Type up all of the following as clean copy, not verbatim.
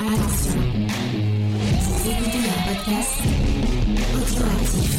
Attention, vous écoutez un podcast audioactif.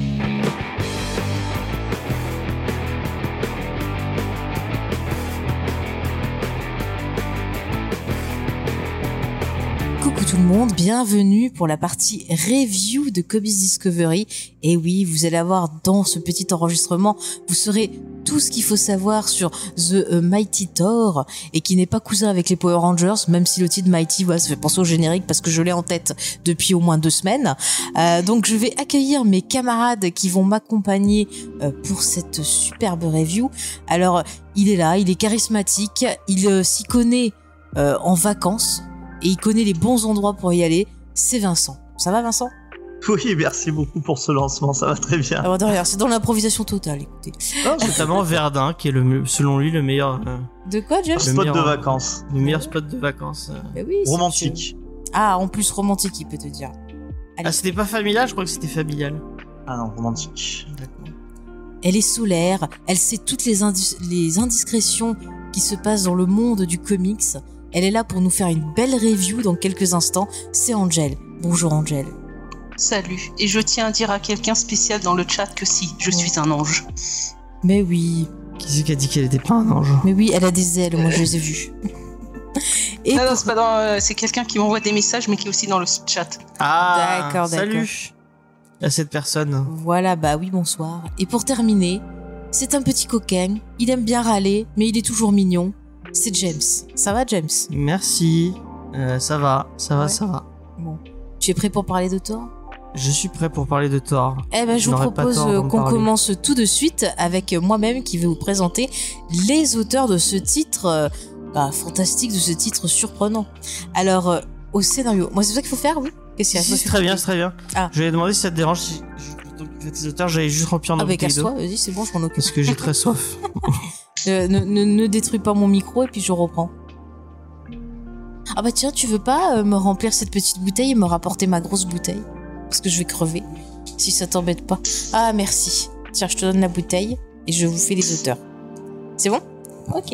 Coucou tout le monde, bienvenue pour la partie review de Kobe's Discovery. Et oui, vous allez avoir dans ce petit enregistrement, vous saurez tout ce qu'il faut savoir sur The Mighty Thor, et qui n'est pas cousin avec les Power Rangers, même si le titre Mighty, voilà, ça fait penser au générique parce que je l'ai en tête depuis au moins 2 semaines. Donc je vais accueillir mes camarades qui vont m'accompagner pour cette superbe review. Alors, il est là, il est charismatique, il s'y connaît en vacances, et il connaît les bons endroits pour y aller. C'est Vincent. Ça va, Vincent ? Oui, merci beaucoup pour ce lancement, ça va très bien. Alors derrière, c'est dans l'improvisation totale, écoutez. Notamment Verdun, qui est selon lui le meilleur. De quoi, James ? Spot de vacances. Le meilleur spot de vacances. Mais oui, romantique. Ah, en plus romantique, il peut te dire. Allez. Ah, c'était pas familial, je crois que c'était familial. Ah non, romantique. D'accord. Elle est solaire, elle sait toutes les indiscrétions qui se passent dans le monde du comics. Elle est là pour nous faire une belle review dans quelques instants. C'est Angel. Bonjour Angel. Salut. Et je tiens à dire à quelqu'un spécial dans le chat que si, je suis un ange. Mais oui. Qui c'est qui a dit qu'elle était pas un ange ? Mais oui, elle a des ailes, moi je les ai vues. Et non, c'est pas c'est quelqu'un qui m'envoie des messages mais qui est aussi dans le chat. Ah, d'accord. Salut à cette personne. Voilà, bah oui, bonsoir. Et pour terminer, c'est un petit coquin. Il aime bien râler, mais il est toujours mignon. C'est James. Ça va, James ? Merci. Ça va. Bon. Tu es prêt pour parler de Thor ? Je suis prêt pour parler de Thor. Eh ben, je vous propose qu'on commence tout de suite avec moi-même qui vais vous présenter les auteurs de ce titre fantastique, de ce titre surprenant. Alors, au scénario, moi c'est ça qu'il faut faire, oui ? Qu'est-ce qu'il y a ? C'est très bien. Ah. Je vais demander si ça te dérange si tes auteurs, j'allais juste remplir un bouteille d'eau. Casse-toi, vas-y, c'est bon, je m'en occupe. Parce que j'ai très soif. Ne détruis pas mon micro et puis je reprends. Ah bah tiens, tu veux pas me remplir cette petite bouteille et me rapporter ma grosse bouteille ? Parce que je vais crever, si ça t'embête pas. Ah merci. Tiens, je te donne la bouteille et je vous fais les auteurs. C'est bon ? Ok.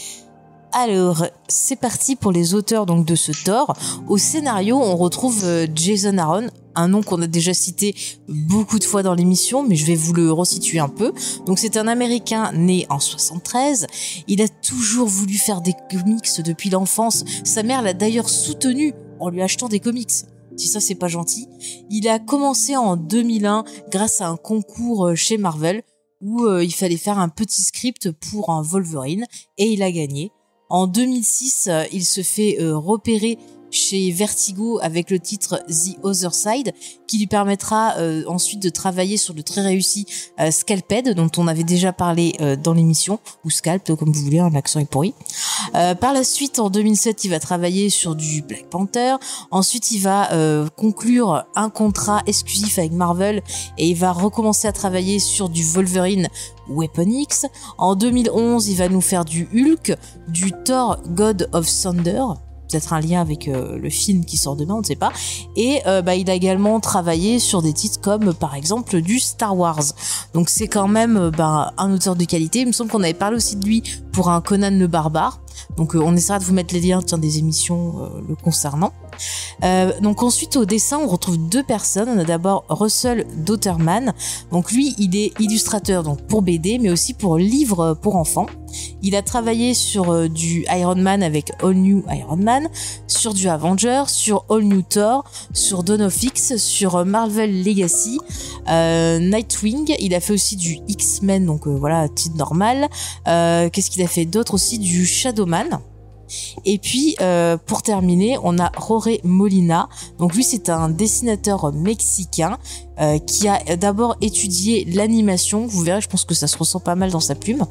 Alors, c'est parti pour les auteurs donc de ce Thor. Au scénario, on retrouve Jason Aaron, un nom qu'on a déjà cité beaucoup de fois dans l'émission, mais je vais vous le resituer un peu. Donc c'est un Américain né en 73. Il a toujours voulu faire des comics depuis l'enfance. Sa mère l'a d'ailleurs soutenu en lui achetant des comics. Si ça, c'est pas gentil. Il a commencé en 2001 grâce à un concours chez Marvel où il fallait faire un petit script pour un Wolverine et il a gagné. En 2006, il se fait repérer chez Vertigo avec le titre The Other Side, qui lui permettra ensuite de travailler sur le très réussi Scalped, dont on avait déjà parlé dans l'émission, ou Scalped, comme vous voulez, l'accent est pourri. Par la suite, en 2007, il va travailler sur du Black Panther. Ensuite, il va conclure un contrat exclusif avec Marvel et il va recommencer à travailler sur du Wolverine Weapon X. En 2011, il va nous faire du Hulk, du Thor God of Thunder, peut-être un lien avec le film qui sort demain, on ne sait pas. Et il a également travaillé sur des titres comme par exemple du Star Wars. Donc c'est quand même un auteur de qualité. Il me semble qu'on avait parlé aussi de lui pour un Conan le Barbare. Donc on essaiera de vous mettre les liens des émissions le concernant. Donc ensuite au dessin on retrouve 2 personnes. On a d'abord Russell Dauterman. Donc lui il est illustrateur donc pour BD mais aussi pour livres pour enfants. Il a travaillé sur du Iron Man avec All New Iron Man, sur du Avengers, sur All New Thor, sur Dawn of X, sur Marvel Legacy, Nightwing. Il a fait aussi du X-Men, donc titre normal. Qu'est-ce qu'il a fait d'autre aussi ? Du Shadowman. Et puis pour terminer on a Jorge Molina. Donc lui c'est un dessinateur mexicain qui a d'abord étudié l'animation. Vous verrez, je pense que ça se ressent pas mal dans sa plume.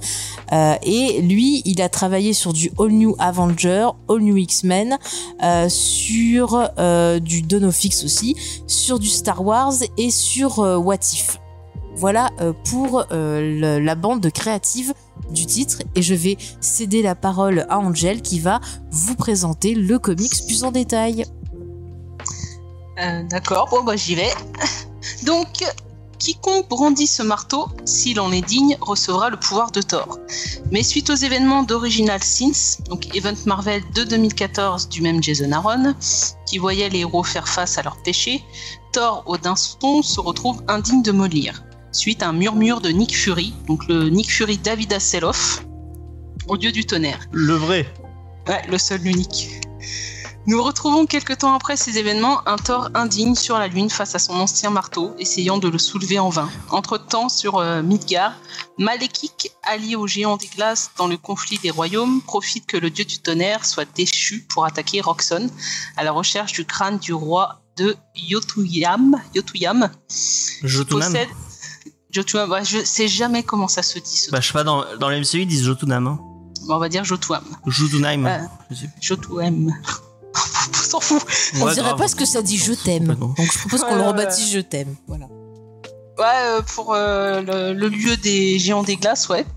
Et lui il a travaillé sur du All New Avenger, All New X-Men, sur du Dawn of X aussi, sur du Star Wars et sur What If. Voilà pour la bande créative du titre, et je vais céder la parole à Angel qui va vous présenter le comics plus en détail. D'accord, bon j'y vais. Donc quiconque brandit ce marteau, s'il en est digne, recevra le pouvoir de Thor. Mais suite aux événements d'Original Sins, donc Event Marvel de 2014 du même Jason Aaron, qui voyait les héros faire face à leurs péchés, Thor Odinson se retrouve indigne de Mjolnir, suite à un murmure de Nick Fury, donc le Nick Fury David Hasselhoff, au dieu du tonnerre. Le vrai. Ouais, le seul, l'unique. Nous retrouvons quelques temps après ces événements un Thor indigne sur la Lune face à son ancien marteau, essayant de le soulever en vain. Entre-temps, sur Midgard, Malekith, allié aux géants des glaces dans le conflit des royaumes, profite que le dieu du tonnerre soit déchu pour attaquer Roxxon, à la recherche du crâne du roi de Jotunheim. Jotunheim. Jotunheim, ouais, je sais jamais comment ça se dit. Je sais pas, dans le MCU, ils disent Jotunheim. Hein. Bon, on va dire Jotunheim. Jotunheim. Jotunheim. On s'en fout. On dirait pas ce que ça dit je t'aime. Donc je propose qu'on le rebaptise je t'aime. Voilà. Ouais, pour le lieu des géants des glaces, ouais.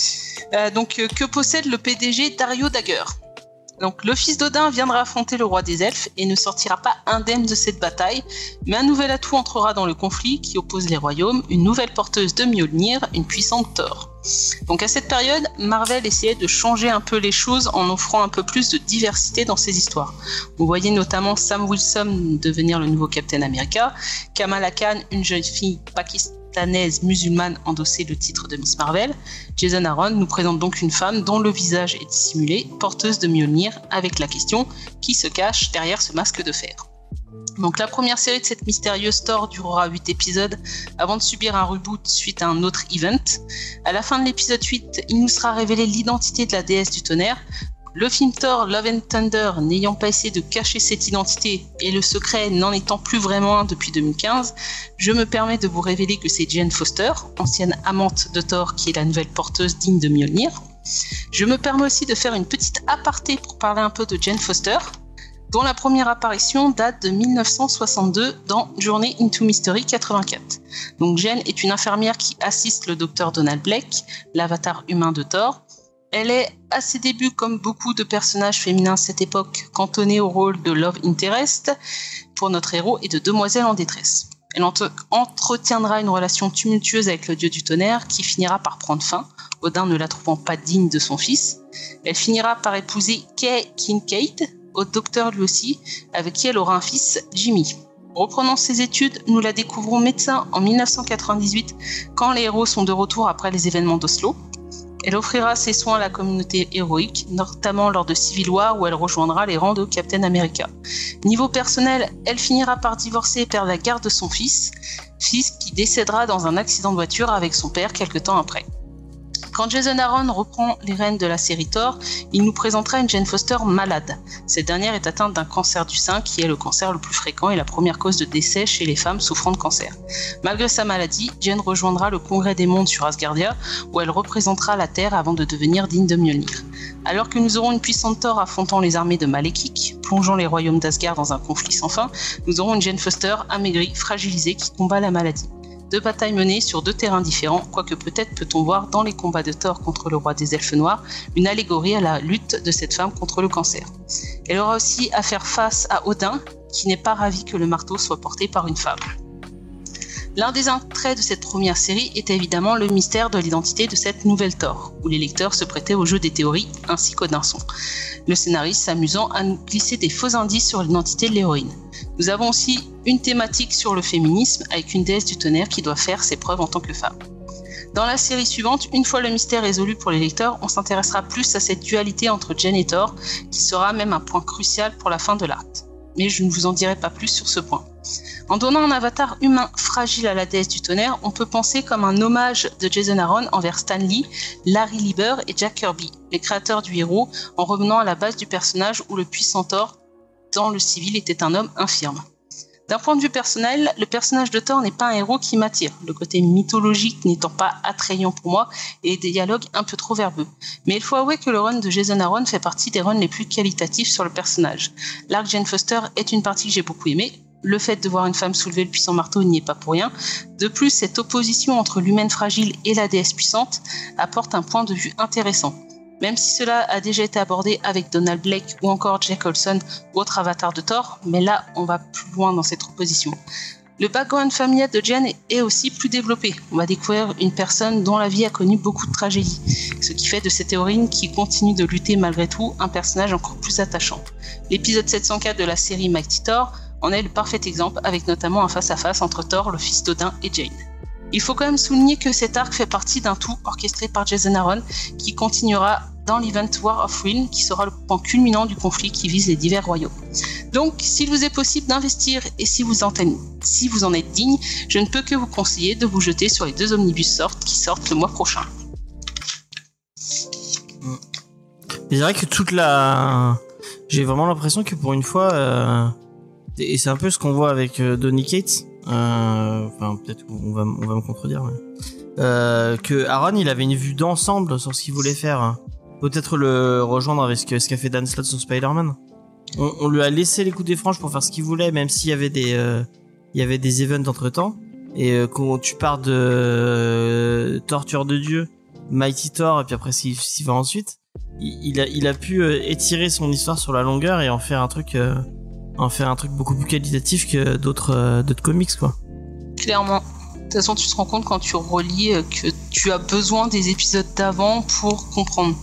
Donc, que possède le PDG Dario Dagger. Donc, le fils d'Odin viendra affronter le roi des elfes et ne sortira pas indemne de cette bataille, mais un nouvel atout entrera dans le conflit qui oppose les royaumes, une nouvelle porteuse de Mjolnir, une puissante Thor. Donc à cette période, Marvel essayait de changer un peu les choses en offrant un peu plus de diversité dans ses histoires. Vous voyez notamment Sam Wilson devenir le nouveau Captain America, Kamala Khan, une jeune fille pakistanaise musulmane, endosser le titre de Miss Marvel. Jason Aaron nous présente donc une femme dont le visage est dissimulé, porteuse de Mjolnir, avec la question qui se cache derrière ce masque de fer. Donc la première série de cette mystérieuse Thor durera 8 épisodes avant de subir un reboot suite à un autre event. À la fin de l'épisode 8, il nous sera révélé l'identité de la déesse du tonnerre. Le film Thor Love and Thunder n'ayant pas essayé de cacher cette identité et le secret n'en étant plus vraiment un depuis 2015, je me permets de vous révéler que c'est Jane Foster, ancienne amante de Thor qui est la nouvelle porteuse digne de Mjolnir. Je me permets aussi de faire une petite aparté pour parler un peu de Jane Foster, dont la première apparition date de 1962 dans Journey into Mystery 84. Donc Jane est une infirmière qui assiste le docteur Donald Blake, l'avatar humain de Thor. Elle est, à ses débuts, comme beaucoup de personnages féminins à cette époque, cantonnée au rôle de love interest pour notre héros et de demoiselle en détresse. Elle entretiendra une relation tumultueuse avec le dieu du tonnerre qui finira par prendre fin, Odin ne la trouvant pas digne de son fils. Elle finira par épouser Kay Kincaid, au docteur lui aussi, avec qui elle aura un fils, Jimmy. Reprenant ses études, nous la découvrons médecin en 1998, quand les héros sont de retour après les événements d'Oslo. Elle offrira ses soins à la communauté héroïque, notamment lors de Civil War où elle rejoindra les rangs de Captain America. Niveau personnel, elle finira par divorcer et perdre la garde de son fils qui décédera dans un accident de voiture avec son père quelque temps après. Quand Jason Aaron reprend les rênes de la série Thor, il nous présentera une Jane Foster malade. Cette dernière est atteinte d'un cancer du sein qui est le cancer le plus fréquent et la première cause de décès chez les femmes souffrant de cancer. Malgré sa maladie, Jane rejoindra le Congrès des mondes sur Asgardia où elle représentera la Terre avant de devenir digne de Mjolnir. Alors que nous aurons une puissante Thor affrontant les armées de Malekith, plongeant les royaumes d'Asgard dans un conflit sans fin, nous aurons une Jane Foster amaigrie, fragilisée qui combat la maladie. 2 batailles menées sur 2 terrains différents, quoique peut-être peut-on voir dans les combats de Thor contre le roi des elfes noirs une allégorie à la lutte de cette femme contre le cancer. Elle aura aussi à faire face à Odin, qui n'est pas ravi que le marteau soit porté par une femme. L'un des attraits de cette première série était évidemment le mystère de l'identité de cette nouvelle Thor, où les lecteurs se prêtaient au jeu des théories ainsi qu'Odinson. Le scénariste s'amusant à nous glisser des faux indices sur l'identité de l'héroïne. Nous avons aussi une thématique sur le féminisme avec une déesse du tonnerre qui doit faire ses preuves en tant que femme. Dans la série suivante, une fois le mystère résolu pour les lecteurs, on s'intéressera plus à cette dualité entre Jane et Thor, qui sera même un point crucial pour la fin de l'arc. Mais je ne vous en dirai pas plus sur ce point. En donnant un avatar humain fragile à la déesse du tonnerre, on peut penser comme un hommage de Jason Aaron envers Stan Lee, Larry Lieber et Jack Kirby, les créateurs du héros, en revenant à la base du personnage où le puissant Thor, dans le civil, était un homme infirme. D'un point de vue personnel, le personnage de Thor n'est pas un héros qui m'attire, le côté mythologique n'étant pas attrayant pour moi et des dialogues un peu trop verbeux. Mais il faut avouer que le run de Jason Aaron fait partie des runs les plus qualitatifs sur le personnage. L'arc Jane Foster est une partie que j'ai beaucoup aimée. Le fait de voir une femme soulever le puissant marteau n'y est pas pour rien. De plus, cette opposition entre l'humaine fragile et la déesse puissante apporte un point de vue intéressant. Même si cela a déjà été abordé avec Donald Blake ou encore Jack Olson ou autre avatar de Thor, mais là on va plus loin dans cette opposition. Le background familial de Jane est aussi plus développé. On va découvrir une personne dont la vie a connu beaucoup de tragédies, ce qui fait de cette héroïne qui continue de lutter malgré tout un personnage encore plus attachant. L'épisode 704 de la série Mighty Thor en est le parfait exemple, avec notamment un face-à-face entre Thor, le fils d'Odin, et Jane. Il faut quand même souligner que cet arc fait partie d'un tout orchestré par Jason Aaron, qui continuera dans l'event War of Realms, qui sera le point culminant du conflit qui vise les divers royaumes. Donc, s'il vous est possible d'investir et si vous en êtes digne, je ne peux que vous conseiller de vous jeter sur les 2 omnibus qui sortent le mois prochain. Mais c'est vrai que j'ai vraiment l'impression que pour une fois, et c'est un peu ce qu'on voit avec Donny Cates, enfin peut-être on va me contredire, mais que Aaron il avait une vue d'ensemble sur ce qu'il voulait faire, hein. Peut-être le rejoindre avec ce qu'a fait Dan Slott sur Spider-Man. On lui a laissé les coups des franges pour faire ce qu'il voulait, même s'il y avait des events entre temps. Et quand tu pars de Torture de Dieu, Mighty Thor, et puis après s'il va ensuite, il a pu étirer son histoire sur la longueur et en faire un truc beaucoup plus qualitatif que d'autres comics, quoi. Clairement. De toute façon, tu te rends compte quand tu relis que tu as besoin des épisodes d'avant pour comprendre.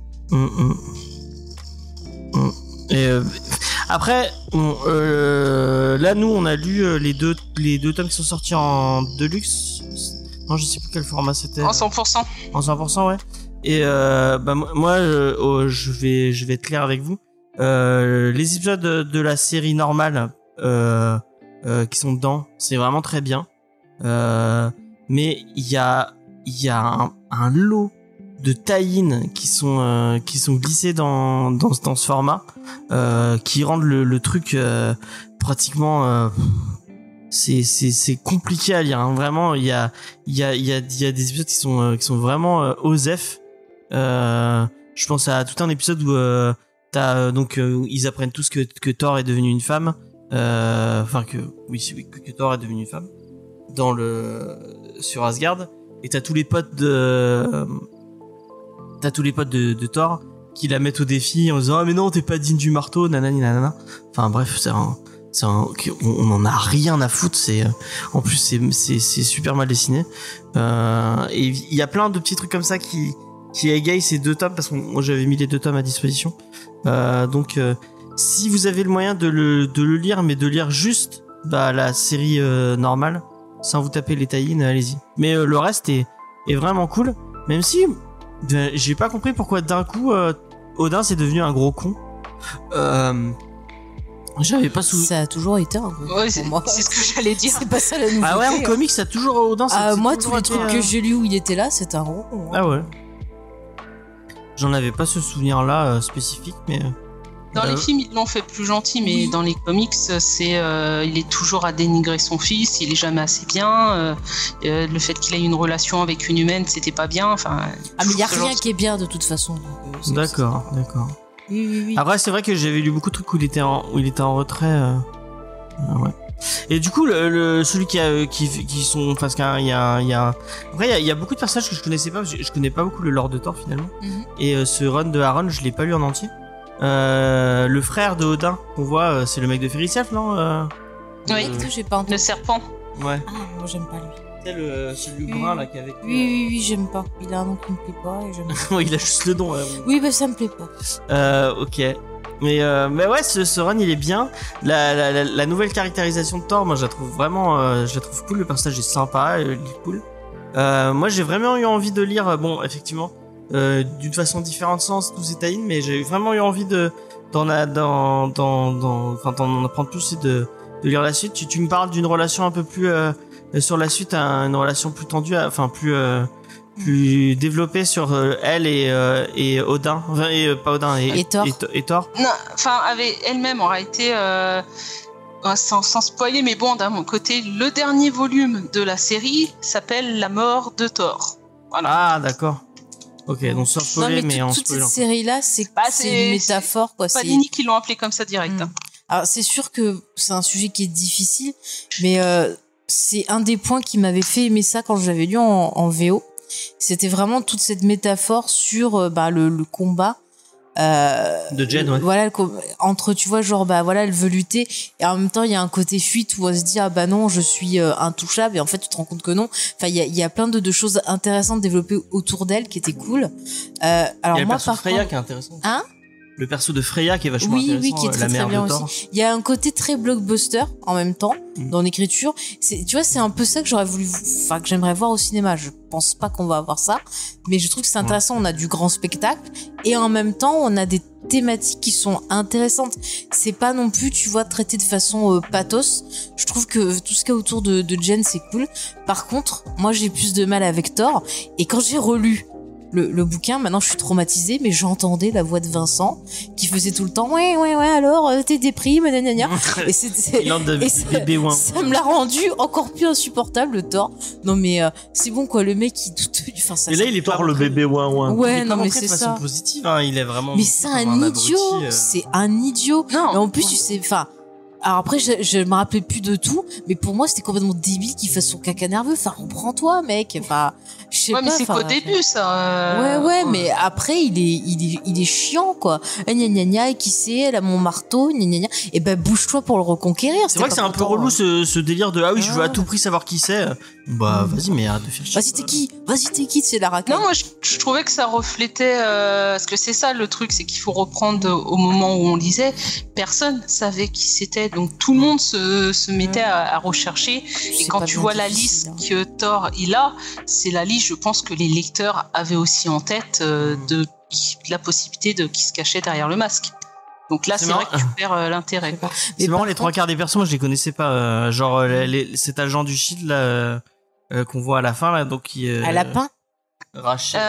Et après, là nous on a lu les deux tomes qui sont sortis en deluxe. Non, je sais plus quel format c'était. En 100%. En 100%, ouais. Et moi, je vais être clair avec vous. Les épisodes de la série normale qui sont dedans, c'est vraiment très bien. Mais il y a un lot de tie-in qui sont glissés dans ce format, qui rendent le truc pratiquement c'est compliqué à lire, hein. Vraiment il y a des épisodes qui sont vraiment osef. Je pense à tout un épisode où t'as ils apprennent tous que Thor est devenu une femme, enfin que Thor est devenu une femme sur Asgard, et t'as tous les potes de Thor qui la mettent au défi en disant ah mais non t'es pas digne du marteau, nanani nanana. Enfin bref, on en a rien à foutre, en plus c'est super mal dessiné, et il y a plein de petits trucs comme ça qui égayent ces 2 tomes, parce que moi j'avais mis les 2 tomes à disposition, donc si vous avez le moyen de le lire, mais de lire juste la série normale sans vous taper les tie-in, allez-y. Mais le reste est vraiment cool, même si j'ai pas compris pourquoi d'un coup Odin c'est devenu un gros con. J'avais pas Ça a toujours été un gros con Ouais, pour moi. c'est ce que j'allais dire. C'est pas ça la nouveauté. Ah ouais, en comics ça a toujours Odin. Moi tous les trucs que j'ai lus où il était là, c'était un gros con. Ah ouais. J'en avais pas ce souvenir là spécifique, mais dans les films ils l'ont fait plus gentil, mais dans les comics il est toujours à dénigrer son fils, il est jamais assez bien, le fait qu'il ait une relation avec une humaine c'était pas bien, enfin. Ah mais il y a rien qui est bien de toute façon. D'accord. Oui. Après c'est vrai que j'avais lu beaucoup de trucs où il était en retrait. Ouais. Et du coup celui qui sont, parce qu'il y a après il y a beaucoup de personnages que je connaissais pas, parce que je connais pas beaucoup le lore de Thor finalement. Et ce run de Aaron je l'ai pas lu en entier. Le frère de Odin qu'on voit, c'est le mec de Fairy Self, non? Oui, j'ai pas entendu. Le serpent. Ouais. Ah, moi j'aime pas lui. C'est celui brun là qui avec. Oui, j'aime pas. Il a un nom qui me plaît pas et j'aime pas. Il a juste le don. Oui, bah ça me plaît pas. Ok. Mais ouais, ce run il est bien. La nouvelle caractérisation de Thor, moi je la trouve vraiment, je la trouve cool. Le personnage est sympa, il est cool. Moi j'ai vraiment eu envie de lire, bon effectivement, d'une façon différente sans tous ces tie-in, mais j'ai vraiment eu envie d'en apprendre plus et de lire la suite. Tu me parles d'une relation un peu plus sur la suite, une relation plus tendue, enfin plus développée sur elle et Odin, enfin pas Odin et Thor. Non, enfin elle-même aurait été sans spoiler, mais bon, d'un mon côté, le dernier volume de la série s'appelle La mort de Thor. Voilà. Ah d'accord. Ok, donc sans spoiler, mais en toute spoilant. cette série-là, c'est une métaphore, quoi. C'est Panini qui l'ont appelé comme ça direct. Alors, c'est sûr que c'est un sujet qui est difficile, mais c'est un des points qui m'avait fait aimer ça quand j'avais lu en VO. C'était vraiment toute cette métaphore sur le combat De Jen, ouais. Voilà, entre, tu vois, genre, bah voilà, elle veut lutter, et en même temps, il y a un côté fuite où elle se dit, ah bah non, je suis intouchable, et en fait, tu te rends compte que non. Enfin, il y a plein de choses intéressantes développées autour d'elle qui étaient cool. Alors, il y a le moi, perso de par Freya contre, qui est intéressant. hein? Le perso de Freya qui est vachement intéressant. Oui, qui est très la très mère bien de Thor. aussi. Il y a un côté très blockbuster en même temps dans l'écriture. Tu vois, c'est un peu ça que que j'aimerais voir au cinéma. Je pense pas qu'on va avoir ça, mais je trouve que c'est intéressant. On a du grand spectacle et en même temps, on a des thématiques qui sont intéressantes. C'est pas non plus, tu vois, traité de façon pathos. Je trouve que tout ce qu'il y a autour de Jen, c'est cool. Par contre, moi, j'ai plus de mal avec Thor, et quand j'ai relu le bouquin, maintenant je suis traumatisée, mais j'entendais la voix de Vincent qui faisait tout le temps ouais alors t'es déprimé, nanana. Et ça me l'a rendu encore plus insupportable, Thor. Non mais c'est bon quoi, le mec enfin ça. Et là il est Thor le bébé ouin. Ouais, non mais c'est c'est de ça. façon positive, hein, il est vraiment. Mais c'est un idiot, c'est un idiot. Non. Mais en plus tu sais, enfin. Alors après, je me rappelais plus de tout, mais pour moi, c'était complètement débile qu'il fasse son caca nerveux. Enfin, reprends-toi, mec. Enfin, je sais pas. Ouais, mais c'est qu'au début, ça. Ouais, mais après, il est chiant, quoi. Gna gna gna, et qui c'est, elle a mon marteau, gna gna gna. Et ben, bouge-toi pour le reconquérir. C'est vrai que c'est un peu relou ce délire de je veux à tout prix savoir qui c'est. Bah, vas-y, mais arrête de faire chier. Vas-y, t'es qui, c'est la raquette. Non, moi, je trouvais que ça reflétait, parce que c'est ça le truc, c'est qu'il faut reprendre au moment où on lisait. Personne savait qui c'était. Donc tout le monde se mettait à rechercher, et quand tu vois la liste que Thor il a, c'est la liste, je pense, que les lecteurs avaient aussi en tête de la possibilité de qui se cachait derrière le masque. Donc là, c'est vrai que tu perds l'intérêt. C'est marrant, les trois quarts des persos, moi je les connaissais pas. Genre cet agent du Shield là qu'on voit à la fin là, donc qui. À lapin. Rachel.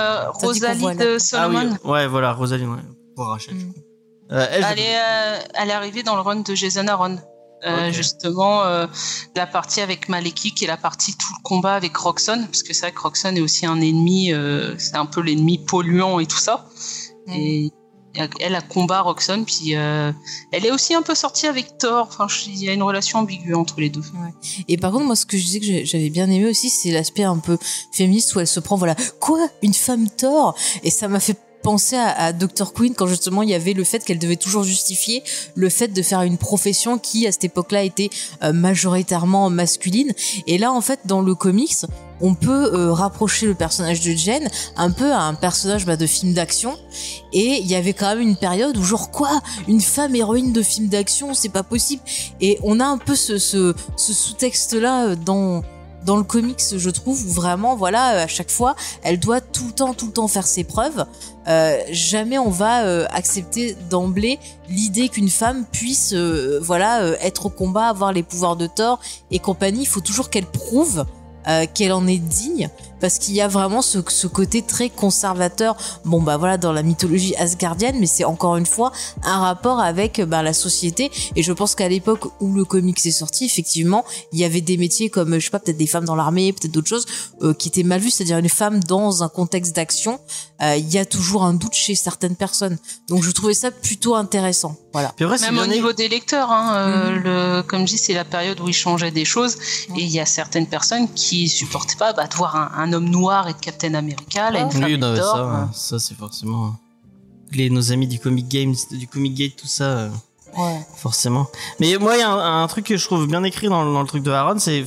Rosalie Solomon. Ah oui, ouais, voilà, Rosalie, ouais. Pour Rachel. Elle est arrivée dans le run de Jason Aaron. Okay. Justement, la partie avec Malekith et la partie tout le combat avec Roxxon, parce que c'est vrai que Roxxon est aussi un ennemi, c'est un peu l'ennemi polluant et tout ça. Et elle a combat Roxxon, puis elle est aussi un peu sortie avec Thor. Enfin, il y a une relation ambiguë entre les deux. Ouais. Et par contre, moi, ce que je disais que j'avais bien aimé aussi, c'est l'aspect un peu féministe où elle se prend, voilà, quoi, une femme Thor, et ça m'a fait penser à Dr. Queen, quand justement il y avait le fait qu'elle devait toujours justifier le fait de faire une profession qui à cette époque-là était majoritairement masculine. Et là en fait dans le comics on peut rapprocher le personnage de Jen un peu à un personnage de film d'action, et il y avait quand même une période où genre quoi, une femme héroïne de film d'action, c'est pas possible. Et on a un peu ce sous-texte là dans le comics, je trouve, où vraiment, voilà, à chaque fois, elle doit tout le temps faire ses preuves. Jamais on va accepter d'emblée l'idée qu'une femme puisse, être au combat, avoir les pouvoirs de Thor et compagnie. Il faut toujours qu'elle prouve qu'elle en est digne, parce qu'il y a vraiment ce côté très conservateur, dans la mythologie asgardienne, mais c'est encore une fois un rapport avec la société. Et je pense qu'à l'époque où le comics est sorti, effectivement, il y avait des métiers comme, je sais pas, peut-être des femmes dans l'armée, peut-être d'autres choses, qui étaient mal vues, c'est-à-dire une femme dans un contexte d'action, il y a toujours un doute chez certaines personnes. Donc je trouvais ça plutôt intéressant. Voilà. Puis après, même au niveau des lecteurs, comme je dis, c'est la période où il changeait des choses, et il y a certaines personnes qui supportaient pas de voir un homme noir être Captain America, là, une femme oui, Thor. Ça c'est forcément nos amis du Comic Games, du Comic Gate, tout ça. Ouais. Forcément. Mais moi, il y a un truc que je trouve bien écrit dans le truc de Aaron, c'est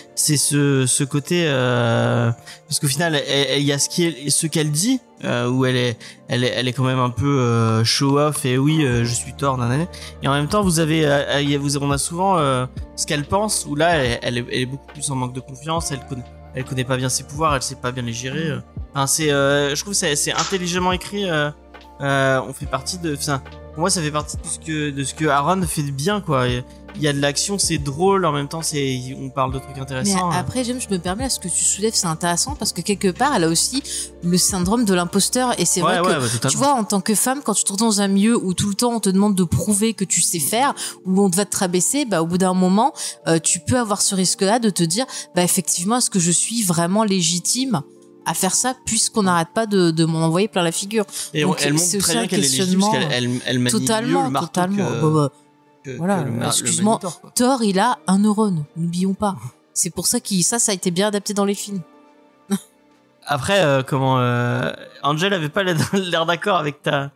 ce côté, parce qu'au final, il y a ce qu'elle dit, où elle est quand même un peu show off, et oui, je suis Thor, nanana. Et en même temps, on a souvent ce qu'elle pense, où là, elle est beaucoup plus en manque de confiance, elle connaît pas bien ses pouvoirs, elle sait pas bien les gérer. Enfin, je trouve que c'est intelligemment écrit. On fait partie pour moi, ça fait partie de ce que Aaron fait de bien, quoi. Il y a de l'action, c'est drôle, en même temps, on parle de trucs intéressants. Mais après, je me permets, à ce que tu soulèves, c'est intéressant, parce que quelque part, elle a aussi le syndrome de l'imposteur, et c'est vrai que, tu vois, en tant que femme, quand tu te trouves dans un milieu où tout le temps on te demande de prouver que tu sais faire, où on va te rabaisser, au bout d'un moment, tu peux avoir ce risque-là de te dire, effectivement, est-ce que je suis vraiment légitime à faire ça, puisqu'on n'arrête pas de m'en envoyer plein la figure. Et donc, elle montre très bien qu'elle est légitime, parce qu'elle manipule le marteau. Voilà, excuse-moi, Thor, il a un neurone, n'oublions pas. C'est pour ça ça a été bien adapté dans les films. Après, Angel avait pas l'air d'accord avec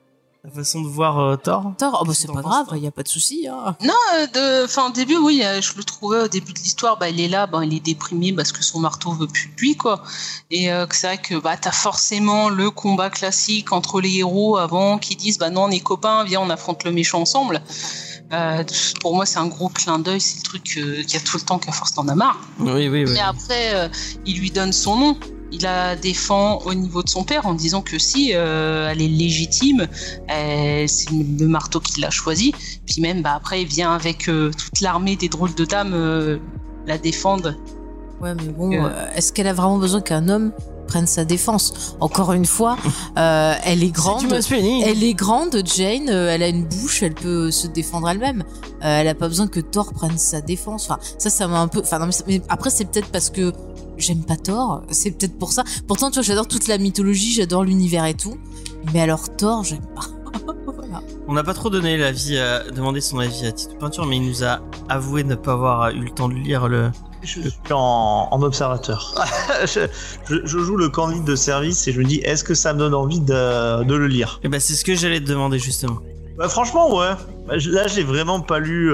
ta façon de voir Thor. Thor, oh bah c'est pas grave, y a pas de souci. Hein. Non, au début, oui, je le trouvais au début de l'histoire, il est là, il est déprimé parce que son marteau veut plus de lui, quoi. Et c'est vrai que t'as forcément le combat classique entre les héros avant qui disent non, on est copains, viens, on affronte le méchant ensemble. Pour moi, c'est un gros clin d'œil, c'est le truc qu'il y a tout le temps qu'à force t'en as marre. Oui. Mais après, il lui donne son nom. Il la défend au niveau de son père en disant que si elle est légitime, c'est le marteau qui l'a choisi. Puis même après, il vient avec toute l'armée des drôles de dames la défendre. Ouais, mais bon, est-ce qu'elle a vraiment besoin qu'un homme prenne sa défense? Encore une fois, elle est grande. Elle est grande, Jane. Elle a une bouche, elle peut se défendre elle-même. Elle a pas besoin que Thor prenne sa défense. Enfin, ça m'a un peu. Enfin, non, mais après, c'est peut-être parce que j'aime pas Thor. C'est peut-être pour ça. Pourtant, tu vois, j'adore toute la mythologie, j'adore l'univers et tout. Mais alors Thor, j'aime pas. Voilà. On n'a pas trop donné demandé son avis à Tito Peinture, mais il nous a avoué ne pas avoir eu le temps de lire le. Je suis en observateur. je joue le candidat de service et je me dis, est-ce que ça me donne envie de le lire? Et c'est ce que j'allais te demander justement. Franchement, ouais. Là, j'ai vraiment pas lu.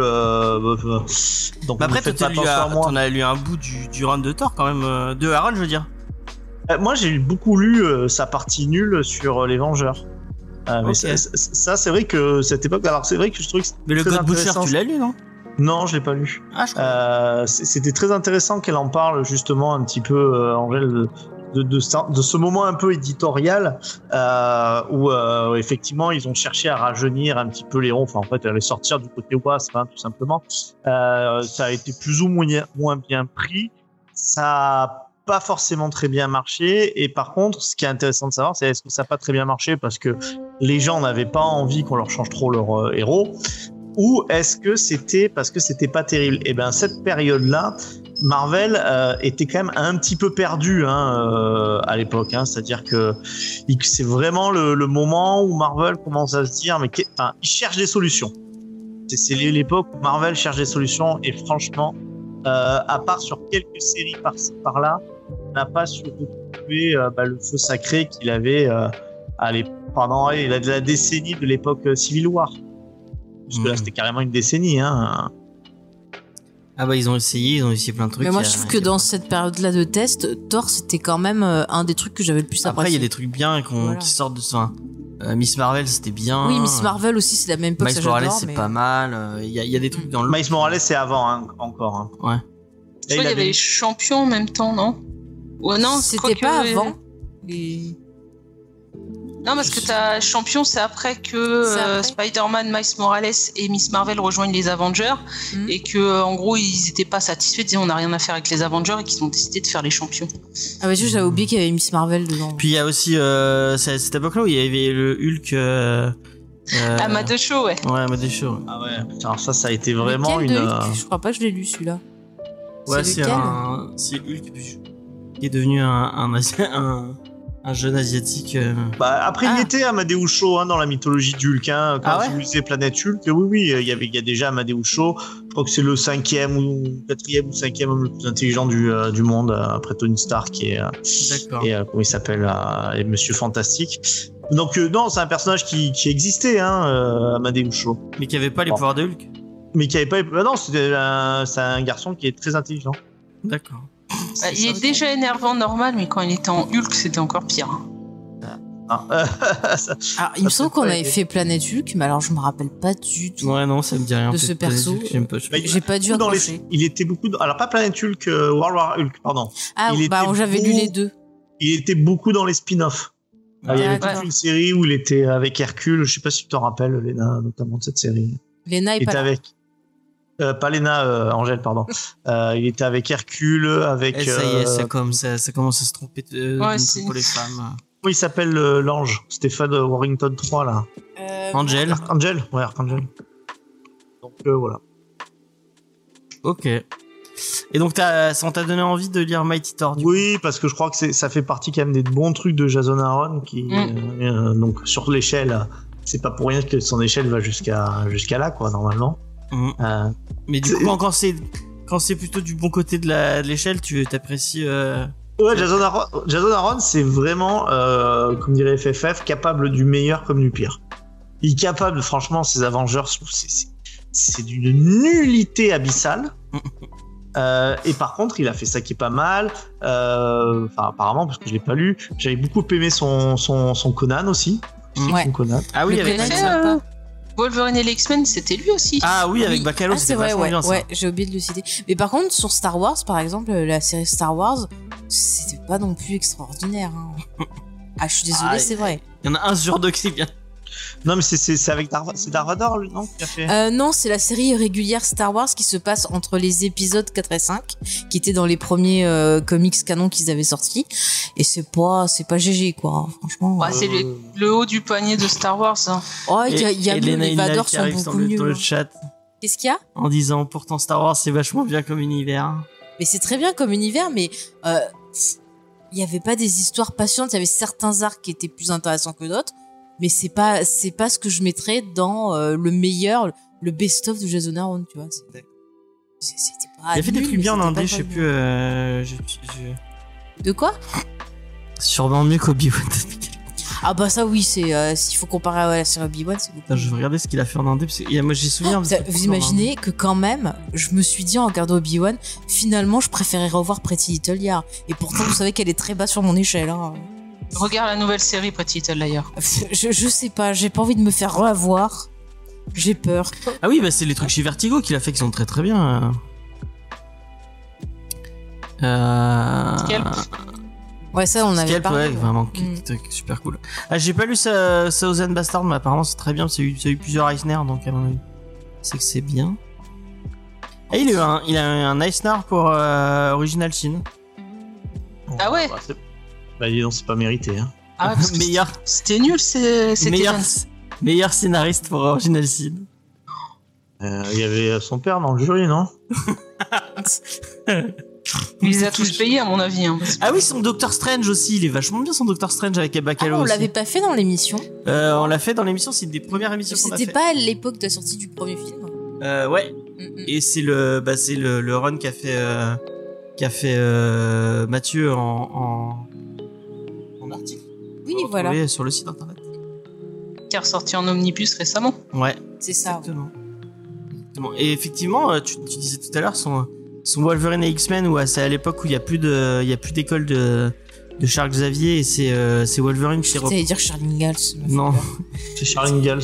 Donc, après, t'en as lu un bout du run de Thor quand même, de Aaron, je veux dire. Moi, j'ai beaucoup lu sa partie nulle sur les Vengeurs. Mais ça, c'est vrai que cette époque. Alors, c'est vrai que je trouve que. Mais le God Butcher, tu l'as lu, non? Non, je l'ai pas lu. Ah, je crois. C'était très intéressant qu'elle en parle justement un petit peu, Angèle, de ce moment un peu éditorial où effectivement ils ont cherché à rajeunir un petit peu les ronds. Enfin, en fait, aller sortir du côté wasp, tout simplement. Ça a été plus ou moins bien pris. Ça a pas forcément très bien marché. Et par contre, ce qui est intéressant de savoir, c'est est-ce que ça a pas très bien marché parce que les gens n'avaient pas envie qu'on leur change trop leur héros. Ou est-ce que c'était parce que c'était pas terrible? Et cette période-là, Marvel était quand même un petit peu perdu à l'époque. C'est-à-dire que c'est vraiment le moment où Marvel commence à se dire, il cherche des solutions. C'est l'époque où Marvel cherche des solutions et franchement, à part sur quelques séries par-ci par-là, on n'a pas su retrouver le feu sacré qu'il avait pendant la décennie de l'époque Civil War. Parce que là, c'était carrément une décennie. Ah ils ont essayé plein de trucs. Mais moi, je trouve que dans cette période-là de test, Thor, c'était quand même un des trucs que j'avais le plus apprécié. Après, il y a des trucs bien qui sortent de ça. Miss Marvel, c'était bien. Oui, Miss Marvel aussi, c'est la même époque. Miles Morales, c'est pas mal. Il y a des trucs dans le. Miles Morales, c'est avant encore. Ouais. Je crois qu'il y avait les champions en même temps, non? Ou non, c'était pas avant. Non, parce que t'as champion, c'est après que Spider-Man, Miles Morales et Miss Marvel rejoignent les Avengers et que en gros ils étaient pas satisfaits, disaient on n'a rien à faire avec les Avengers et qu'ils ont décidé de faire les champions. Ah bah j'avais oublié qu'il y avait Miss Marvel dedans. Puis il y a aussi cette époque-là où il y avait le Hulk. Amadeus Cho, ouais. Ouais, Amadeus Cho. Ah ouais. Alors ça a été vraiment une. Je crois pas que je l'ai lu celui-là. Ouais, c'est Hulk qui est devenu un jeune asiatique. Après, il était Amadeus Cho dans la mythologie d'Hulk. Quand vous lisez Planète Hulk, oui, il y a déjà Amadeus Cho. Je crois que c'est le 5e ou 4e ou 5e homme le plus intelligent du monde, après Tony Stark et comment il s'appelle, et Monsieur Fantastique. Donc non, c'est un personnage qui existait, Amadeus Cho. Mais qui avait pas les pouvoirs de Hulk. Mais qui avait pas. Non, c'est un garçon qui est très intelligent. D'accord. Il est déjà énervant normal, mais quand il était en Hulk, c'était encore pire. Alors, il me semble qu'on avait fait Planète Hulk, mais alors je me rappelle pas du tout. Ouais, non, ça me dit rien. De ce perso. J'ai pas dû accrocher. Il était beaucoup. Alors, pas Planète Hulk, World War Hulk, pardon. J'avais lu les deux. Il était beaucoup dans les spin-offs. Il y avait toute une série où il était avec Hercule. Je sais pas si tu t'en rappelles, Léna, notamment de cette série. Léna est pas là. Pas Léna, Angèle, pardon. Il était avec Hercule, avec. Et ça y est, ça commence à se tromper pour les femmes. Comment il s'appelle l'ange? Stéphane Warrington 3 là. Angel. Archangel, ouais, Archangel. Donc voilà. Ok. Et donc ça t'a donné envie de lire Mighty Thor? Oui, parce que je crois que ça fait partie quand même des bons trucs de Jason Aaron qui donc sur l'échelle, c'est pas pour rien que son échelle va jusqu'à là quoi normalement. Mais du coup quand c'est plutôt du bon côté de l'échelle, tu t'apprécies. Ouais, Jason Aaron, c'est vraiment, comme dirait FFF, capable du meilleur comme du pire. Il est capable, franchement, ces Avengers, c'est d'une nullité abyssale. Et par contre, il a fait ça qui est pas mal. Enfin, apparemment, parce que je l'ai pas lu. J'avais beaucoup aimé son Conan aussi. Ouais. Son Conan. Ah oui, Le avec Conan, fait, c'est sympa. Wolverine et les X-Men, c'était lui aussi. Ah oui, avec Bacalo, Ah, c'était c'est vrai, vachement ouais, bien ça. ouais, j'ai oublié de le citer. Mais par contre, sur Star Wars, par exemple, la série Star Wars, c'était pas non plus extraordinaire. Hein. Ah, je suis désolée, Ah, c'est vrai. Il y en a un sur deux qui est bien. Non, mais c'est avec c'est Darth Vader, lui, non, qui a fait. Non, c'est la série régulière Star Wars qui se passe entre les épisodes 4 et 5, qui étaient dans les premiers comics canon qu'ils avaient sortis. Et c'est pas GG, quoi, franchement. Ouais, c'est le haut du panier de Star Wars. Hein. Oh, il y a mieux, Elena les Inal Vador qui sont arrive beaucoup dans mieux. le hein. chat Qu'est-ce qu'il y a? en disant pourtant Star Wars c'est vachement bien comme univers. Mais c'est très bien comme univers, mais il y avait pas des histoires passionnantes. Il y avait certains arcs qui étaient plus intéressants que d'autres, mais c'est pas ce que je mettrais dans le meilleur, le best-of de Jason Aaron, tu vois. C'était pas. Il a fait des nul, trucs mais bien en c'était indé, pas je sais pas plus. nul. De quoi? Sûrement mieux qu'Obi-Wan. Ah bah ça oui, c'est s'il faut comparer à la série Obi-Wan, c'est beaucoup. Attends, je vais regarder ce qu'il a fait en indé parce que moi j'ai souvenir. Vous imaginez que quand même, je me suis dit en regardant Obi-Wan, finalement je préférais revoir Pretty Little Liars. Et pourtant vous savez qu'elle est très bas sur mon échelle. Hein. Regarde la nouvelle série Pretty Little Liars. Je sais pas, j'ai pas envie de me faire revoir. J'ai peur. Ah oui, bah c'est les trucs chez Vertigo qu'il a fait qui sont très très bien. Scalp. Ouais, ça on avait Scalp, parlé. ouais, vraiment super cool. Ah, j'ai pas lu Southern Bastard, mais apparemment c'est très bien. Ça a eu plusieurs Eisner, donc à mon avis, c'est que c'est bien. Ah, il a eu un Eisner pour Original Sin. Ah ouais. Bah, dis donc, c'est pas mérité. Hein. Ah, parce que Meilleur. c'était nul, c'était Meilleur scénariste pour Original Sin. Il y avait son père dans le jury, non? Il les a tous payés, à mon avis. Hein, Ah oui, son Doctor Strange aussi, il est vachement bien son Doctor Strange avec Bacalo. Ah, on aussi. l'avait pas fait dans l'émission. On l'a fait dans l'émission, c'est une des premières émissions qu'on a fait. C'était pas à l'époque de la sortie du premier film. Ouais. Et c'est le run qu'a fait Mathieu en article. Oui, Vous voilà. retrouvez sur le site internet. qui est ressorti en omnibus récemment. Ouais. C'est ça. Exactement. Et effectivement, tu disais tout à l'heure son Wolverine et X-Men où c'est à l'époque où il y a plus d'école de Charles Xavier et c'est Wolverine qui J'allais dire Charles Ingalls. Non. C'est Charles Ingalls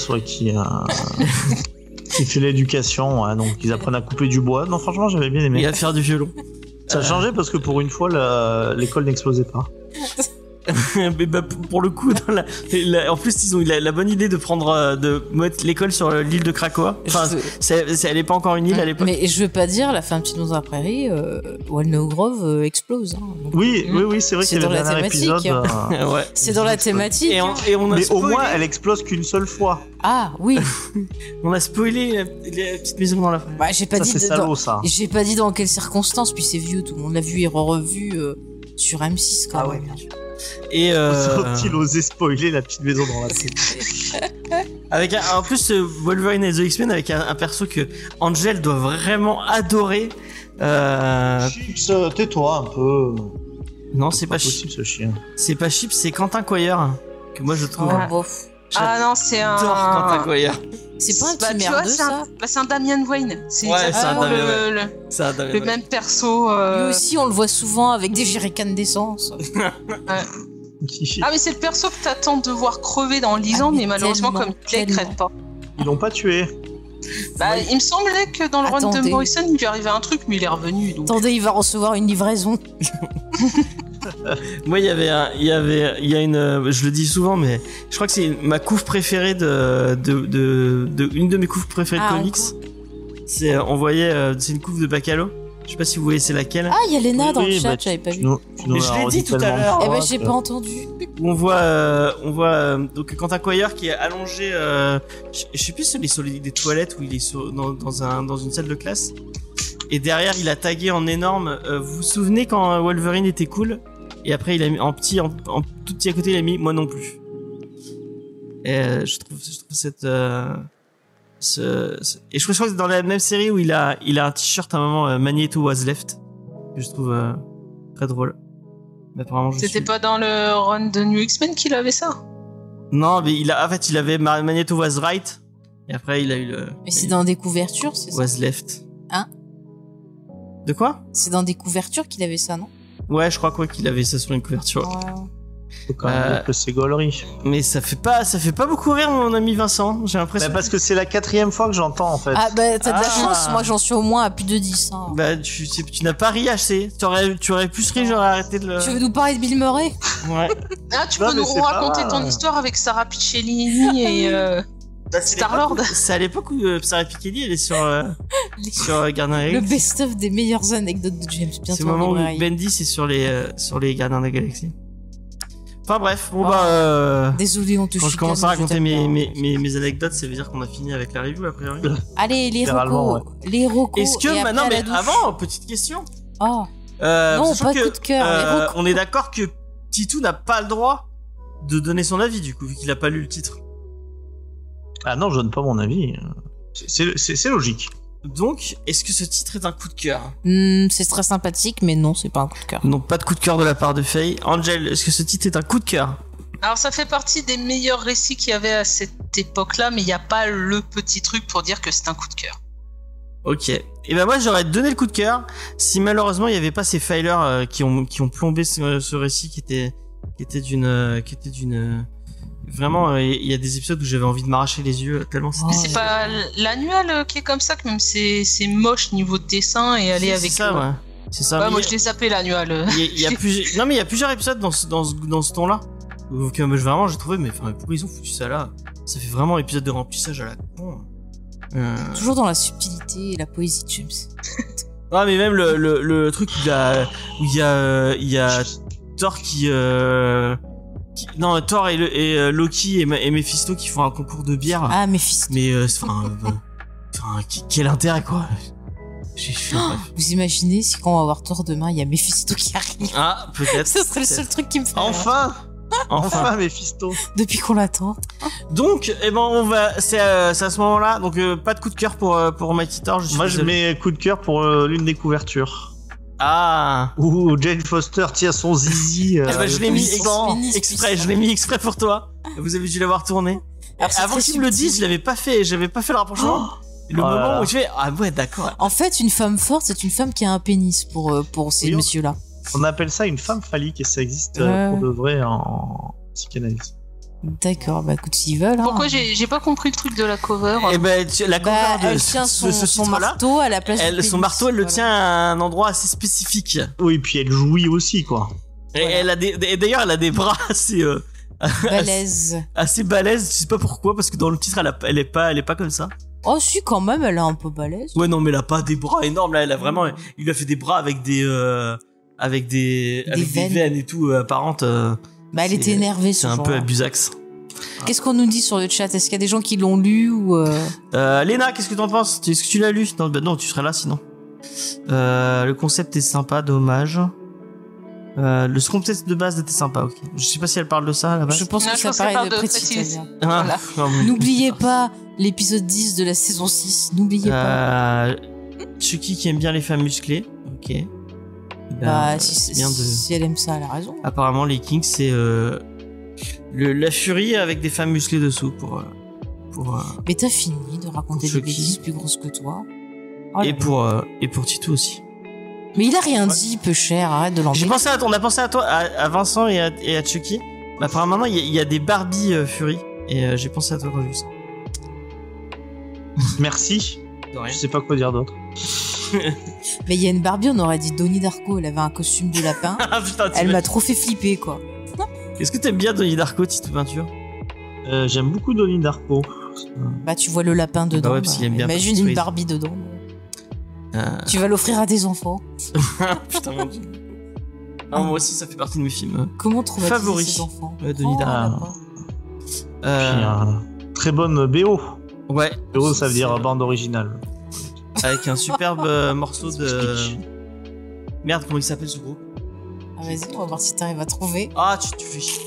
qui fait l'éducation, ouais, donc ils apprennent à couper du bois. Non, franchement, j'avais bien aimé. Et à faire du violon. Ça a changé parce que pour une fois, l'école n'explosait pas. Mais bah, pour le coup, en plus ils ont eu la bonne idée de prendre de mettre l'école sur l'île de Krakoa. Enfin, elle est pas encore une île à l'époque. Mais je veux pas dire, la fin de Petite Maison dans la Prairie, Walnut Grove explose. Hein. Donc, Oui, c'est vrai C'est qu'il y dans avait la le dernier thématique. épisode. Ouais. c'est dans la thématique. Et on a Mais au spoilé- moins, elle explose qu'une seule fois. Ah oui. on a spoilé la petite maison dans la forêt. Bah, j'ai pas Ça, dit. c'est salaud, ça. J'ai pas dit dans quelles circonstances. Puis c'est vieux, tout le monde l'a vu et revu sur M6 quand Ah même. ouais. Et Ont-ils osé spoiler la petite maison dans la forêt? avec en plus Wolverine et The X-Men avec un perso que Angel doit vraiment adorer. Chips, tais-toi un peu. Non, c'est pas possible ce chien. C'est pas Chips, c'est Quentin Quire que moi je trouve. Oh, bof. Ah non, c'est un. J'adore Quentin Quire. C'est pas un Bah, petit tu vois, merdeux, c'est un... ça. Bah, c'est un Damian Wayne. C'est Ouais, exactement c'est un Damian Ça, le même perso. Lui aussi, on le voit souvent avec des jerrycans d'essence. Petit chien. Ah, mais c'est le perso que t'attends de voir crever dans 10 ans, Ah, mais mais malheureusement, tellement, comme il les crève pas. Ils l'ont pas tué. Bah, il me semblait que dans le run de Attendez. Morrison, il lui arrivait un truc, mais il est revenu. Donc... Attendez, il va recevoir une livraison. Moi, il y a une, je le dis souvent, mais je crois que c'est ma couve préférée une de mes couves préférées de Ah, comics. C'est, on voyait, c'est une couve de Bacalo. Je sais pas si vous voyez, c'est laquelle. Ah, il y a Léna dans le Oui, chat, bah, j'avais pas tu vu. nous Mais je l'as l'ai redit dit tout à tellement de l'heure. Eh ben, fois j'ai que- pas entendu. Où on voit donc Quentin Quire qui est allongé, je sais plus si c'est des toilettes où il est dans une salle de classe. Et derrière, il a tagué en énorme. Vous vous souvenez quand Wolverine était cool? Et après, il a mis en tout petit à côté, il a mis moi non plus. Et je trouve cette et je crois que c'est dans la même série où il a un t-shirt à un moment Magneto was left que je trouve très drôle. Mais apparemment, C'était pas dans le run de New X-Men qu'il avait ça? Non, mais il avait Magneto was right. Et après, il a eu le. Mais c'est dans des couvertures, c'est ça? Was left. Hein? De quoi? C'est dans des couvertures qu'il avait ça, non? Ouais, je crois qu'il avait ça sur une couverture. Ouais. Faut quand même dire que c'est gaulerie. Mais ça fait pas beaucoup rire, mon ami Vincent. J'ai l'impression. Bah, parce que c'est la 4e fois que j'entends en fait. Ah bah t'as de la Ah. chance, moi j'en suis au moins à plus de 10. Hein. Bah, tu n'as pas ri assez. Tu aurais plus ri, j'aurais arrêté de le. Tu veux nous parler de Bill Murray? Ouais. Ah, tu Non, peux mais nous c'est pas raconter mal. ton histoire avec Sarah Picciolini et Star-Lord. C'est à l'époque où Sarah Piketty, elle est sur Gardiens de la Le Galaxie. best-of des meilleures anecdotes de James. C'est Bientôt le moment en où librairie. Bendy c'est sur les Gardiens de la Galaxie. Enfin bref, bon bah Désolé, on te quand je chicane, commence à mais raconter t'aime bien. mes anecdotes, ça veut dire qu'on a fini avec la review a priori. Allez, les Littéralement, recos. Les recos. Est-ce que et après maintenant, à la mais douche. avant, petite question. Oh. Non, sachant pas de coup de cœur, les recos. on est d'accord que Titou n'a pas le droit de donner son avis du coup vu qu'il a pas lu le titre. Ah non, je donne pas mon avis. C'est logique. Donc, est-ce que ce titre est un coup de cœur? C'est très sympathique, mais non, c'est pas un coup de cœur. Non, pas de coup de cœur de la part de Faye. Angel, est-ce que ce titre est un coup de cœur? Alors ça fait partie des meilleurs récits qu'il y avait à cette époque-là, mais il n'y a pas le petit truc pour dire que c'est un coup de cœur. Ok. Et ben moi j'aurais donné le coup de cœur si malheureusement il y avait pas ces filers qui ont plombé ce récit qui était d'une vraiment il y a des épisodes où j'avais envie de m'arracher les yeux tellement c'était. Oh, Mais c'est pas l'annual qui est comme ça, que même c'est moche niveau dessin et aller avec. C'est ça, ouais. C'est ça. Ouais, mais moi je l'ai zappé l'annual. il y a plusieurs. Non mais il y a plusieurs épisodes dans ce ton-là. Donc vraiment j'ai trouvé mais enfin pourquoi ils ont foutu ça là? Ça fait vraiment épisode de remplissage à la con. Toujours dans la subtilité et la poésie de James. Ah mais même le truc où il y a Thor non Thor et Loki et Mephisto qui font un concours de bière. Ah, mes fils. Mais enfin quel intérêt quoi. Bref. Vous imaginez si quand on va voir Thor demain, il y a Mephisto qui arrive? Ah peut-être. Ce serait le seul truc qui me fait rire. Enfin Mephisto. Depuis qu'on l'attend. Donc eh ben on va c'est à ce moment-là donc pas de coup de cœur pour Mighty Thor. Moi je mets coup de cœur pour l'une des couvertures. Ah. Où Jane Foster tient son zizi. Je l'ai mis puissant. exprès, je l'ai mis exprès pour toi. Vous avez dû l'avoir tourné. Alors, c'est Avant très qu'il me le subtil. dise, j'avais pas fait le rapprochement. Le Oh là moment là. où je fais ah ouais d'accord. En fait, une femme forte, c'est une femme qui a un pénis pour ces Oui, on- messieurs-là. On appelle ça une femme phallique et ça existe Ouais. pour de vrai en psychanalyse. D'accord, bah écoute, s'ils veulent. Pourquoi hein. j'ai pas compris le truc de la cover? Et ben la Bah, cover de elle tient son titre-là, marteau à la place du son pénis, marteau, elle le voilà. tient à un endroit assez spécifique. Oui, puis elle jouit aussi quoi. Et Voilà. elle a et d'ailleurs, elle a des bras assez Balèze. assez balèzes. Je sais pas pourquoi, parce que dans le titre, elle est pas comme ça. Oh si, quand même, elle est un peu balèze. Ouais, non, mais elle a pas des bras énormes. Là, elle a vraiment, il lui a fait des bras avec des veines. veines et tout apparentes. Bah elle était énervée, C'est ce un peu genre-là. abusax. Qu'est-ce qu'on nous dit sur le chat? Est-ce qu'il y a des gens qui l'ont lu ou Léna, qu'est-ce que t'en penses? Est-ce que tu l'as lu? Non, bah non, tu serais là sinon. Le concept est sympa, dommage. Le concept de base était sympa, ok. Je sais pas si elle parle de ça à la base. Je pense Non, que je ça pense qu'elle paraît parle de de Pretty Pretty. Little. Ah, Voilà. non, mais- N'oubliez pas l'épisode 10 de la saison 6. N'oubliez pas. Chucky qui aime bien les femmes musclées. Ok. Eh ben, Bah, c'est bien de. si elle aime ça, elle a raison. Apparemment, les Kings, c'est la furie avec des femmes musclées dessous pour Mais t'as fini de raconter des Chucky. bêtises plus grosses que toi. Oh là et là. pour Tito aussi. Mais il a rien dit, peu cher. Arrête de l'embêter. On a pensé à toi, à Vincent et à Chucky. Bah, apparemment, il y a des Barbie Fury et j'ai pensé à toi quand j'ai vu ça. Merci. De rien. Je sais pas quoi dire d'autre. Mais il y a une Barbie, on aurait dit Donnie Darko. Elle avait un costume de lapin. Ah putain, Elle m'a trop fait flipper, quoi. Est-ce que t'aimes bien Donnie Darko, Tito Peinture? J'aime beaucoup Donnie Darko. Bah, tu vois le lapin dedans. ouais, parce qu'il aime bien Imagine Patrick une Swayze. Barbie dedans. Tu vas l'offrir à tes enfants. Putain, mon dieu. Ah, moi aussi, ça fait partie de mes films. Comment traumatiser Favoris. ses enfants? Ouais, Donnie Darko. là là. Très bonne BO. Ouais. BO, ça veut dire bande originale. Avec un superbe morceau de. Merde, comment il s'appelle ce groupe? Ah, vas-y, on va voir si t'arrives à trouver. Ah, tu fais chier.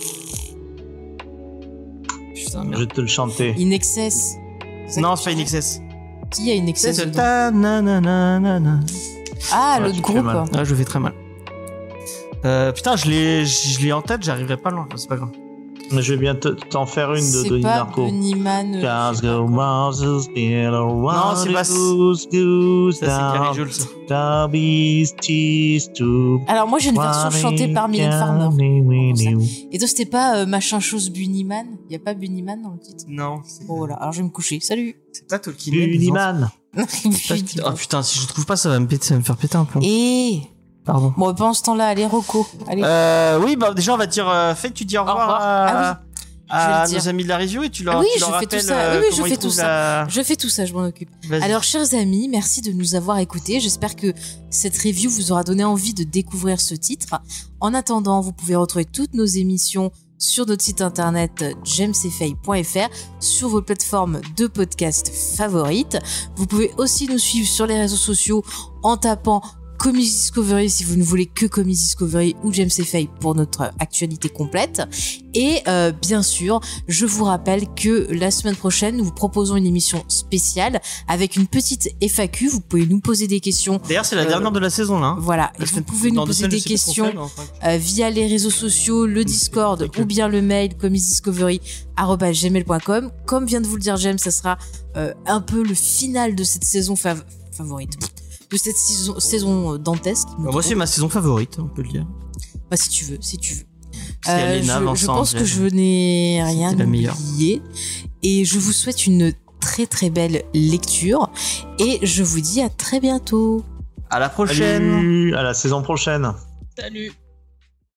Putain, Je merde. vais te le chanter. In Excess. Non, c'est pas In Excess. Qui y a In C'est Excess ce dedans? ta na na na na na. Ah, Ouais, l'autre tu fais groupe. mal. Ah, je fais très mal. Putain, je l'ai en tête, j'arriverai pas loin, c'est pas grave. Je vais bien t'en faire une de C'est Donnie pas Darko. Bunnyman. Cars go Moses, Non, c'est pas ça, c'est Gary Jules. Darby's cheese to. Alors moi j'ai une version chantée par Mylène Farmer. Et toi c'était pas machin chose Bunnyman? Y a pas Bunnyman dans le titre? Non, Bon voilà, alors je vais me coucher. Salut. c'est pas Tolkien. Bunnyman. Oh putain, si je trouve pas, ça va me faire péter un plomb. Et Pardon. bon pendant ce temps-là, allez Rocco. Allez. Oui, bah déjà on va dire, tu dis au revoir, revoir. à Je vais le nos dire. amis de la review et tu leur, Oui, tu je leur fais tout rappelles ça. Oui, je comment fais ils tout trouvent ça. la- Je fais tout ça, je m'en occupe. Vas-y. Alors, chers amis, merci de nous avoir écoutés. J'espère que cette review vous aura donné envie de découvrir ce titre. En attendant, vous pouvez retrouver toutes nos émissions sur notre site internet jamesfay.fr, sur vos plateformes de podcast favorites. Vous pouvez aussi nous suivre sur les réseaux sociaux en tapant Comics Discovery si vous ne voulez que Comics Discovery ou James Fay pour notre actualité complète. Et bien sûr, je vous rappelle que la semaine prochaine, nous vous proposons une émission spéciale avec une petite FAQ. Vous pouvez nous poser des questions. D'ailleurs, c'est la dernière de la saison là. Hein. Voilà, et La vous semaine- pouvez nous dans 2 poser semaines, des je sais pas ce qu'on questions fait, mais enfin, via les réseaux sociaux, le Discord ok. ou bien le mail comicsdiscovery@gmail.com. Comme vient de vous le dire James, ça sera un peu le final de cette saison favorite. De cette saison dantesque. Moi, c'est ma saison favorite, on peut le dire. Bah, si tu veux. Parce qu'il y a Lena, je Vincent, pense que Angèle. je n'ai rien C'était la meilleure. oublié. Et je vous souhaite une très très belle lecture. Et je vous dis à très bientôt. À la prochaine. Salut, à la saison prochaine. Salut.